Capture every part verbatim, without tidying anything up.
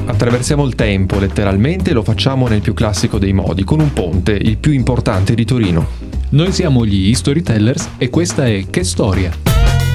Attraversiamo il tempo, letteralmente, e lo facciamo nel più classico dei modi, con un ponte, il più importante di Torino. Noi siamo gli Storytellers e questa è Che Storia?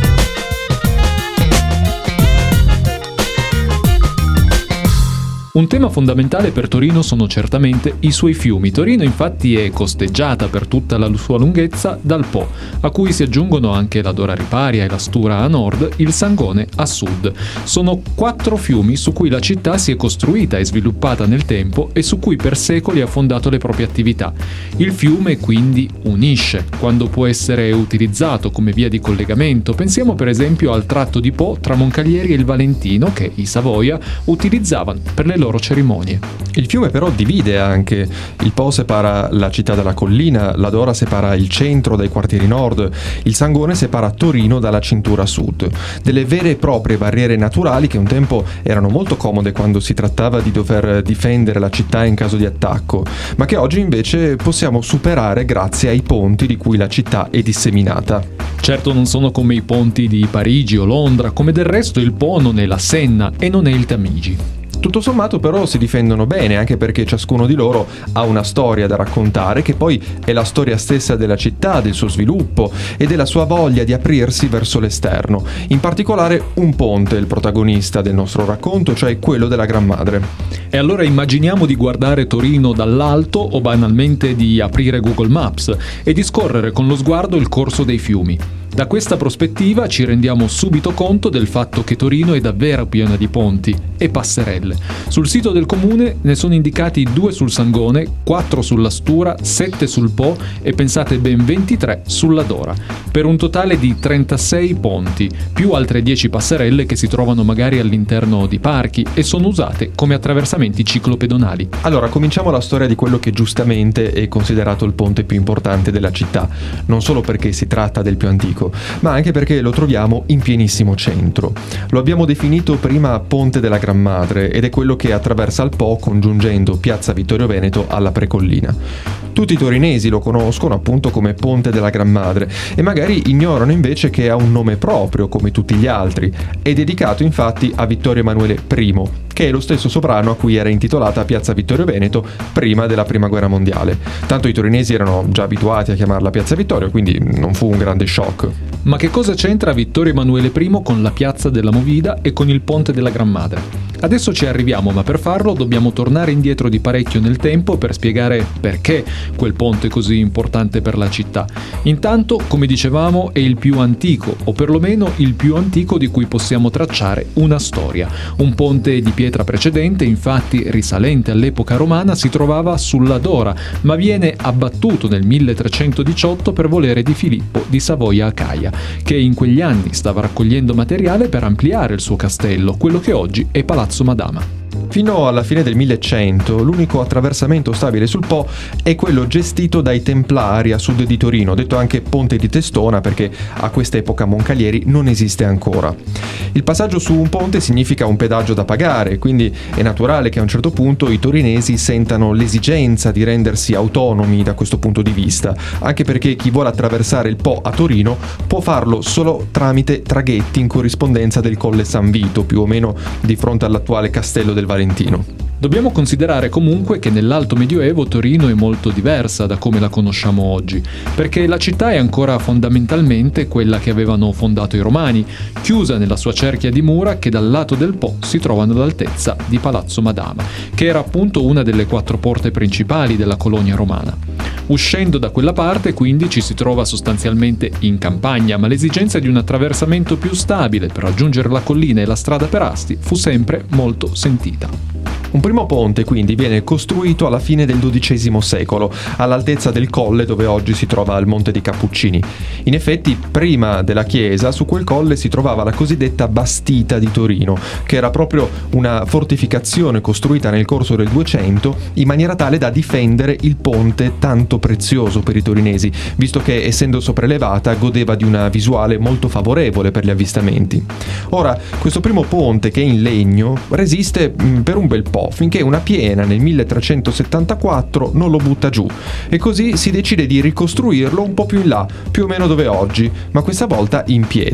Un tema fondamentale per Torino sono certamente i suoi fiumi. Torino infatti è costeggiata per tutta la sua lunghezza dal Po, a cui si aggiungono anche la Dora Riparia e la Stura a nord, il Sangone a sud. Sono quattro fiumi su cui la città si è costruita e sviluppata nel tempo e su cui per secoli ha fondato le proprie attività. Il fiume quindi unisce, quando può essere utilizzato come via di collegamento. Pensiamo per esempio al tratto di Po tra Moncalieri e il Valentino che i Savoia utilizzavano per le loro cerimonie. Il fiume però divide anche. Il Po separa la città dalla collina, la Dora separa il centro dai quartieri nord, il Sangone separa Torino dalla cintura sud. Delle vere e proprie barriere naturali che un tempo erano molto comode quando si trattava di dover difendere la città in caso di attacco, ma che oggi invece possiamo superare grazie ai ponti di cui la città è disseminata. Certo non sono come i ponti di Parigi o Londra, come del resto il Po non è la Senna e non è il Tamigi. Tutto sommato però si difendono bene, anche perché ciascuno di loro ha una storia da raccontare che poi è la storia stessa della città, del suo sviluppo e della sua voglia di aprirsi verso l'esterno. In particolare un ponte è il protagonista del nostro racconto, cioè quello della Gran Madre. E allora immaginiamo di guardare Torino dall'alto o banalmente di aprire Google Maps e di scorrere con lo sguardo il corso dei fiumi. Da questa prospettiva ci rendiamo subito conto del fatto che Torino è davvero piena di ponti e passerelle. Sul sito del comune ne sono indicati due sul Sangone, quattro sulla Stura, sette sul Po e pensate ben ventitré sulla Dora, per un totale di trentasei ponti, più altre dieci passerelle che si trovano magari all'interno di parchi e sono usate come attraversamenti ciclopedonali. Allora, cominciamo la storia di quello che giustamente è considerato il ponte più importante della città, non solo perché si tratta del più antico, ma anche perché lo troviamo in pienissimo centro. Lo abbiamo definito prima Ponte della Gran Madre ed è quello che attraversa il Po congiungendo Piazza Vittorio Veneto alla Precollina. Tutti i torinesi lo conoscono appunto come Ponte della Gran Madre e magari ignorano invece che ha un nome proprio come tutti gli altri. È dedicato infatti a Vittorio Emanuele I, che è lo stesso sovrano a cui era intitolata Piazza Vittorio Veneto prima della Prima Guerra Mondiale. Tanto i torinesi erano già abituati a chiamarla Piazza Vittorio, quindi non fu un grande shock. Ma che cosa c'entra Vittorio Emanuele I con la Piazza della Movida e con il Ponte della Gran Madre? Adesso ci arriviamo, ma per farlo dobbiamo tornare indietro di parecchio nel tempo per spiegare perché quel ponte è così importante per la città. Intanto, come dicevamo, è il più antico, o perlomeno il più antico di cui possiamo tracciare una storia. Un ponte di pietra precedente, infatti risalente all'epoca romana, si trovava sulla Dora, ma viene abbattuto nel milletrecentodiciotto per volere di Filippo di Savoia-Acaia, che in quegli anni stava raccogliendo materiale per ampliare il suo castello, quello che oggi è Palazzo Madama. Fino alla fine del millecento l'unico attraversamento stabile sul Po è quello gestito dai Templari a sud di Torino, detto anche Ponte di Testona perché a quest'epoca Moncalieri non esiste ancora. Il passaggio su un ponte significa un pedaggio da pagare, quindi è naturale che a un certo punto i torinesi sentano l'esigenza di rendersi autonomi da questo punto di vista, anche perché chi vuole attraversare il Po a Torino può farlo solo tramite traghetti in corrispondenza del Colle San Vito, più o meno di fronte all'attuale castello del Valentino. Dobbiamo considerare comunque che nell'Alto Medioevo Torino è molto diversa da come la conosciamo oggi, perché la città è ancora fondamentalmente quella che avevano fondato i Romani, chiusa nella sua cerchia di mura che dal lato del Po si trovano all'altezza di Palazzo Madama, che era appunto una delle quattro porte principali della colonia romana. Uscendo da quella parte quindi ci si trova sostanzialmente in campagna, ma l'esigenza di un attraversamento più stabile per raggiungere la collina e la strada per Asti fu sempre molto sentita. Un primo ponte quindi viene costruito alla fine del dodicesimo secolo, all'altezza del colle dove oggi si trova il Monte dei Cappuccini. In effetti, prima della chiesa, su quel colle si trovava la cosiddetta Bastita di Torino, che era proprio una fortificazione costruita nel corso del Duecento in maniera tale da difendere il ponte tanto prezioso per i torinesi, visto che essendo sopraelevata godeva di una visuale molto favorevole per gli avvistamenti. Ora, questo primo ponte, che è in legno, resiste mh, per un bel po', finché una piena nel milletrecentosettantaquattro non lo butta giù, e così si decide di ricostruirlo un po' più in là, più o meno dove è oggi, ma questa volta in pietra.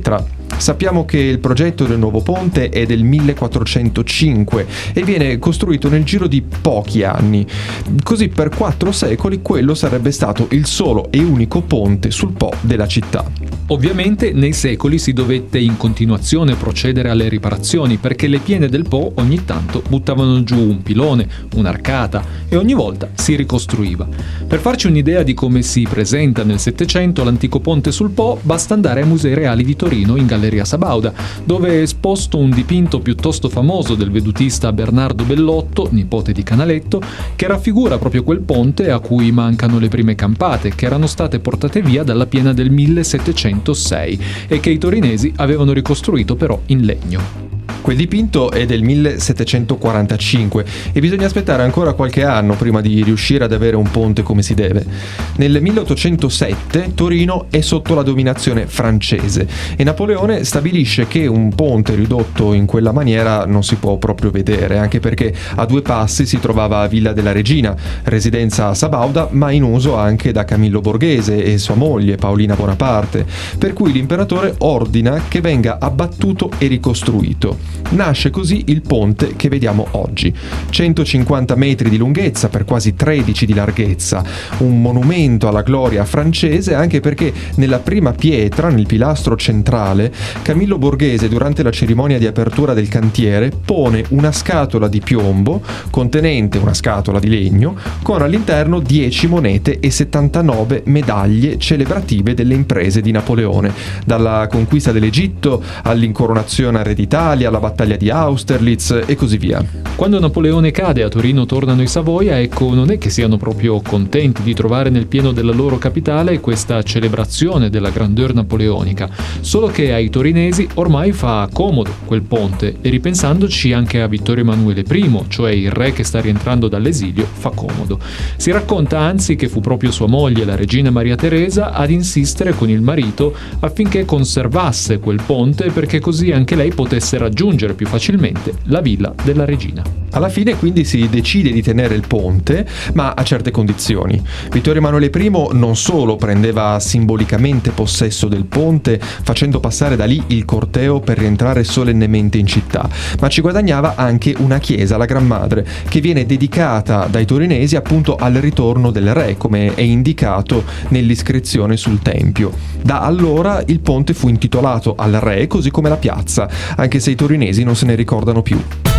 Sappiamo che il progetto del nuovo ponte è del millequattrocentocinque e viene costruito nel giro di pochi anni. Così per quattro secoli quello sarebbe stato il solo e unico ponte sul Po della città. Ovviamente nei secoli si dovette in continuazione procedere alle riparazioni perché le piene del Po ogni tanto buttavano giù un pilone, un'arcata e ogni volta si ricostruiva. Per farci un'idea di come si presenta nel Settecento l'antico ponte sul Po, basta andare ai Musei Reali di Torino in Galleria Sabauda, dove è esposto un dipinto piuttosto famoso del vedutista Bernardo Bellotto, nipote di Canaletto, che raffigura proprio quel ponte a cui mancano le prime campate, che erano state portate via dalla piena del millesettecentosei e che i torinesi avevano ricostruito però in legno. Quel dipinto è del millesettecentoquarantacinque e bisogna aspettare ancora qualche anno prima di riuscire ad avere un ponte come si deve. Nel milleottocentosette Torino è sotto la dominazione francese e Napoleone stabilisce che un ponte ridotto in quella maniera non si può proprio vedere, anche perché a due passi si trovava Villa della Regina, residenza a Sabauda ma in uso anche da Camillo Borghese e sua moglie Paolina Bonaparte, per cui l'imperatore ordina che venga abbattuto e ricostruito. Nasce così il ponte che vediamo oggi, centocinquanta metri di lunghezza per quasi tredici di larghezza, un monumento alla gloria francese anche perché nella prima pietra, nel pilastro centrale, Camillo Borghese durante la cerimonia di apertura del cantiere pone una scatola di piombo contenente una scatola di legno con all'interno dieci monete e settantanove medaglie celebrative delle imprese di Napoleone, dalla conquista dell'Egitto all'incoronazione a Re d'Italia, alla battaglia di Austerlitz e così via. Quando Napoleone cade a Torino tornano i Savoia, ecco, non è che siano proprio contenti di trovare nel pieno della loro capitale questa celebrazione della grandeur napoleonica, solo che ai torinesi ormai fa comodo quel ponte e ripensandoci anche a Vittorio Emanuele I, cioè il re che sta rientrando dall'esilio, fa comodo. Si racconta anzi che fu proprio sua moglie, la regina Maria Teresa, ad insistere con il marito affinché conservasse quel ponte perché così anche lei potesse raggiungere più facilmente la villa della regina. Alla fine quindi si decide di tenere il ponte, ma a certe condizioni. Vittorio Emanuele I non solo prendeva simbolicamente possesso del ponte, facendo passare da lì il corteo per rientrare solennemente in città, ma ci guadagnava anche una chiesa, la Gran Madre, che viene dedicata dai torinesi appunto al ritorno del re, come è indicato nell'iscrizione sul tempio. Da allora il ponte fu intitolato al re, così come la piazza, anche se i torinesi non se ne ricordano più.